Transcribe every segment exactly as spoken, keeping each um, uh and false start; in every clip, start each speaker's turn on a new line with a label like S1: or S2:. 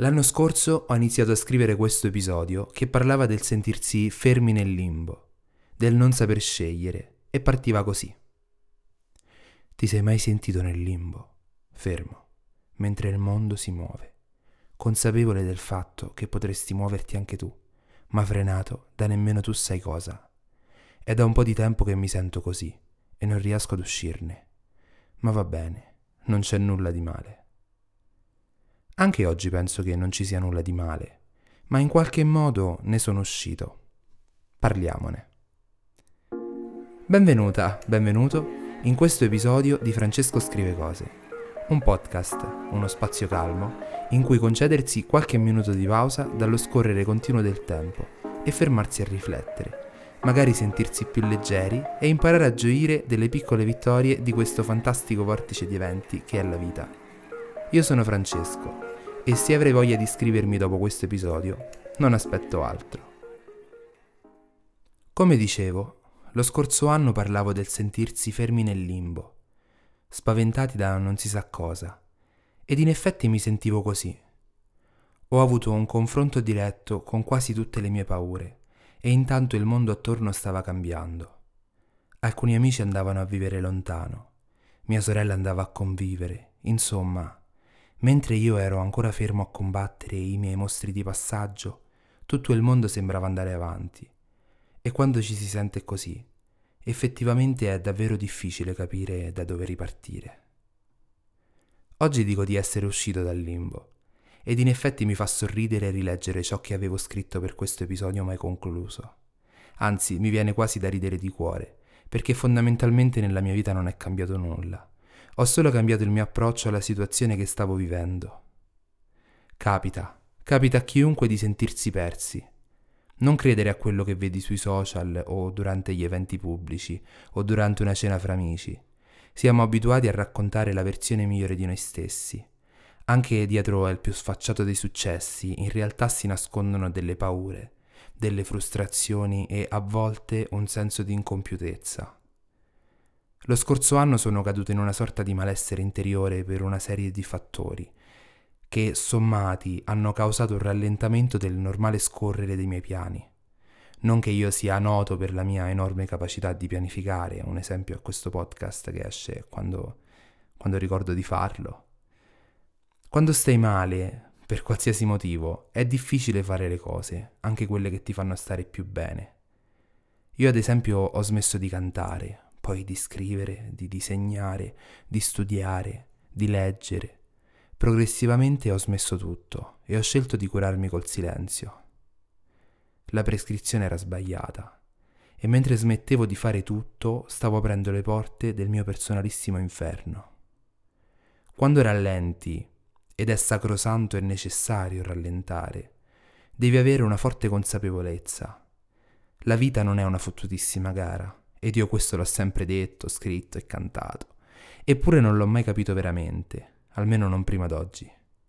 S1: L'anno scorso ho iniziato a scrivere questo episodio che parlava del sentirsi fermi nel limbo, del non saper scegliere, e partiva così. Ti sei mai sentito nel limbo, fermo, mentre il mondo si muove, consapevole del fatto che potresti muoverti anche tu, ma frenato da nemmeno tu sai cosa? È da un po' di tempo che mi sento così e non riesco ad uscirne, ma va bene, non c'è nulla di male. Anche oggi penso che non ci sia nulla di male, ma in qualche modo ne sono uscito. Parliamone. Benvenuta, benvenuto in questo episodio di Francesco Scrive Cose, un podcast, uno spazio calmo in cui concedersi qualche minuto di pausa dallo scorrere continuo del tempo e fermarsi a riflettere, magari sentirsi più leggeri e imparare a gioire delle piccole vittorie di questo fantastico vortice di eventi che è la vita. Io sono Francesco e se avrei voglia di iscrivermi dopo questo episodio, non aspetto altro. Come dicevo, lo scorso anno parlavo del sentirsi fermi nel limbo, spaventati da non si sa cosa, ed in effetti mi sentivo così. Ho avuto un confronto diretto con quasi tutte le mie paure e intanto il mondo attorno stava cambiando. Alcuni amici andavano a vivere lontano, mia sorella andava a convivere, insomma, mentre io ero ancora fermo a combattere i miei mostri di passaggio, tutto il mondo sembrava andare avanti. E quando ci si sente così, effettivamente è davvero difficile capire da dove ripartire. Oggi dico di essere uscito dal limbo, ed in effetti mi fa sorridere rileggere ciò che avevo scritto per questo episodio mai concluso. Anzi, mi viene quasi da ridere di cuore, perché fondamentalmente nella mia vita non è cambiato nulla. Ho solo cambiato il mio approccio alla situazione che stavo vivendo. Capita, capita a chiunque di sentirsi persi. Non credere a quello che vedi sui social o durante gli eventi pubblici o durante una cena fra amici. Siamo abituati a raccontare la versione migliore di noi stessi. Anche dietro al più sfacciato dei successi, in realtà si nascondono delle paure, delle frustrazioni e a volte un senso di incompiutezza. Lo scorso anno sono caduto in una sorta di malessere interiore per una serie di fattori che, sommati, hanno causato un rallentamento del normale scorrere dei miei piani. Non che io sia noto per la mia enorme capacità di pianificare, un esempio a questo podcast che esce quando, quando ricordo di farlo. Quando stai male, per qualsiasi motivo, è difficile fare le cose, anche quelle che ti fanno stare più bene. Io ad esempio ho smesso di cantare, poi di scrivere, di disegnare, di studiare, di leggere. Progressivamente ho smesso tutto e ho scelto di curarmi col silenzio. La prescrizione era sbagliata e mentre smettevo di fare tutto stavo aprendo le porte del mio personalissimo inferno. Quando rallenti, ed è sacrosanto e necessario rallentare, devi avere una forte consapevolezza. La vita non è una fottutissima gara. Ed io questo l'ho sempre detto, scritto e cantato. Eppure non l'ho mai capito veramente, almeno non prima d'oggi.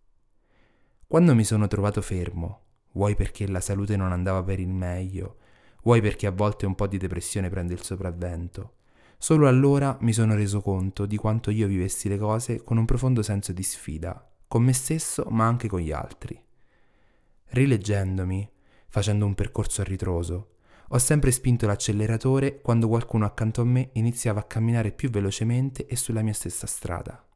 S1: Quando mi sono trovato fermo, vuoi perché la salute non andava per il meglio, vuoi perché a volte un po' di depressione prende il sopravvento, solo allora mi sono reso conto di quanto io vivessi le cose con un profondo senso di sfida, con me stesso ma anche con gli altri. Rileggendomi, facendo un percorso a ritroso, ho sempre spinto l'acceleratore quando qualcuno accanto a me iniziava a camminare più velocemente e sulla mia stessa strada.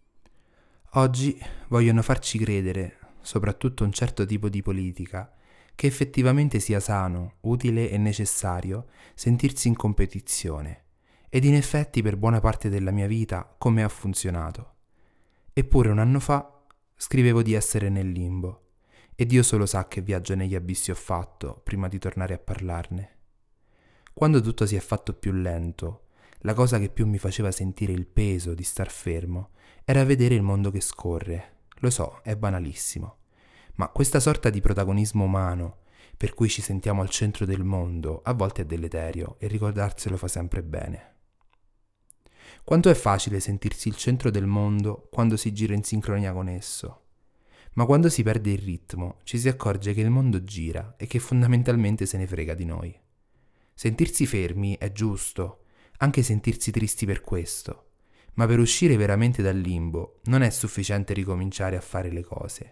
S1: Oggi vogliono farci credere, soprattutto un certo tipo di politica, che effettivamente sia sano, utile e necessario sentirsi in competizione, ed in effetti per buona parte della mia vita come ha funzionato. Eppure un anno fa scrivevo di essere nel limbo. E Dio solo sa che viaggio negli abissi ho fatto prima di tornare a parlarne. Quando tutto si è fatto più lento, la cosa che più mi faceva sentire il peso di star fermo era vedere il mondo che scorre. Lo so, è banalissimo, ma questa sorta di protagonismo umano, per cui ci sentiamo al centro del mondo, a volte è deleterio e ricordarselo fa sempre bene. Quanto è facile sentirsi il centro del mondo quando si gira in sincronia con esso. Ma quando si perde il ritmo, ci si accorge che il mondo gira e che fondamentalmente se ne frega di noi. Sentirsi fermi è giusto, anche sentirsi tristi per questo, ma per uscire veramente dal limbo non è sufficiente ricominciare a fare le cose.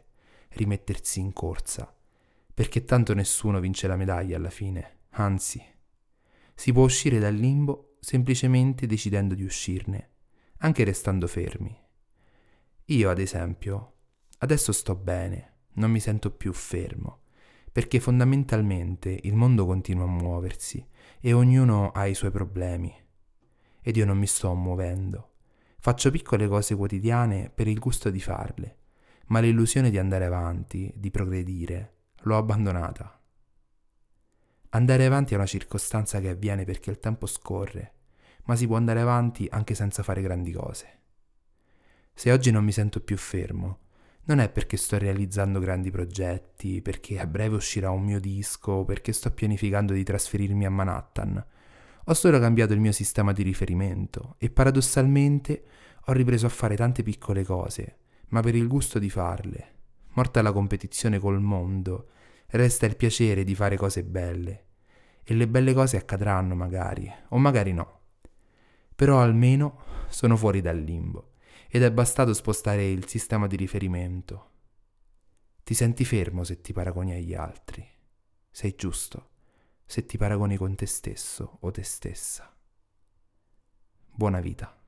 S1: rimettersi in corsa, perché tanto nessuno vince la medaglia alla fine, anzi, si può uscire dal limbo semplicemente decidendo di uscirne, anche restando fermi. Io, ad esempio, adesso sto bene, non mi sento più fermo, perché fondamentalmente il mondo continua a muoversi e ognuno ha i suoi problemi. Ed io non mi sto muovendo. Faccio piccole cose quotidiane per il gusto di farle, ma l'illusione di andare avanti, di progredire, l'ho abbandonata. Andare avanti è una circostanza che avviene perché il tempo scorre, ma si può andare avanti anche senza fare grandi cose. Se oggi non mi sento più fermo, non è perché sto realizzando grandi progetti, perché a breve uscirà un mio disco, perché sto pianificando di trasferirmi a Manhattan. Ho solo cambiato il mio sistema di riferimento e paradossalmente ho ripreso a fare tante piccole cose, ma per il gusto di farle. Morta la competizione col mondo, resta il piacere di fare cose belle. E le belle cose accadranno magari, o magari no. Però almeno sono fuori dal limbo ed è bastato spostare il sistema di riferimento. Ti senti fermo se ti paragoni agli altri. Sei giusto se ti paragoni con te stesso o te stessa. Buona vita.